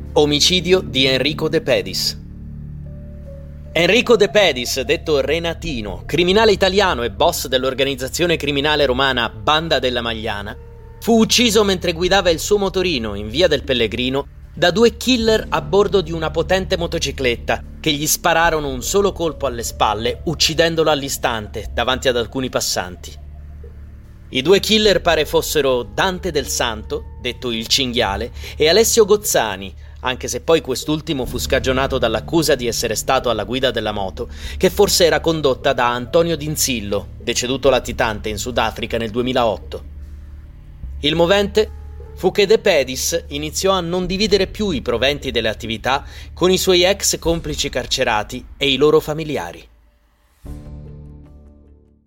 Omicidio di Enrico De Pedis. Enrico De Pedis, detto Renatino, criminale italiano e boss dell'organizzazione criminale romana Banda della Magliana, fu ucciso mentre guidava il suo motorino in via del Pellegrino da due killer a bordo di una potente motocicletta che gli spararono un solo colpo alle spalle, uccidendolo all'istante davanti ad alcuni passanti. I due killer pare fossero Dante Del Santo, detto il Cinghiale, e Alessio Gozzani, anche se poi quest'ultimo fu scagionato dall'accusa di essere stato alla guida della moto, che forse era condotta da Antonio D'Inzillo, deceduto latitante in Sudafrica nel 2008. Il movente fu che De Pedis iniziò a non dividere più i proventi delle attività con i suoi ex complici carcerati e i loro familiari.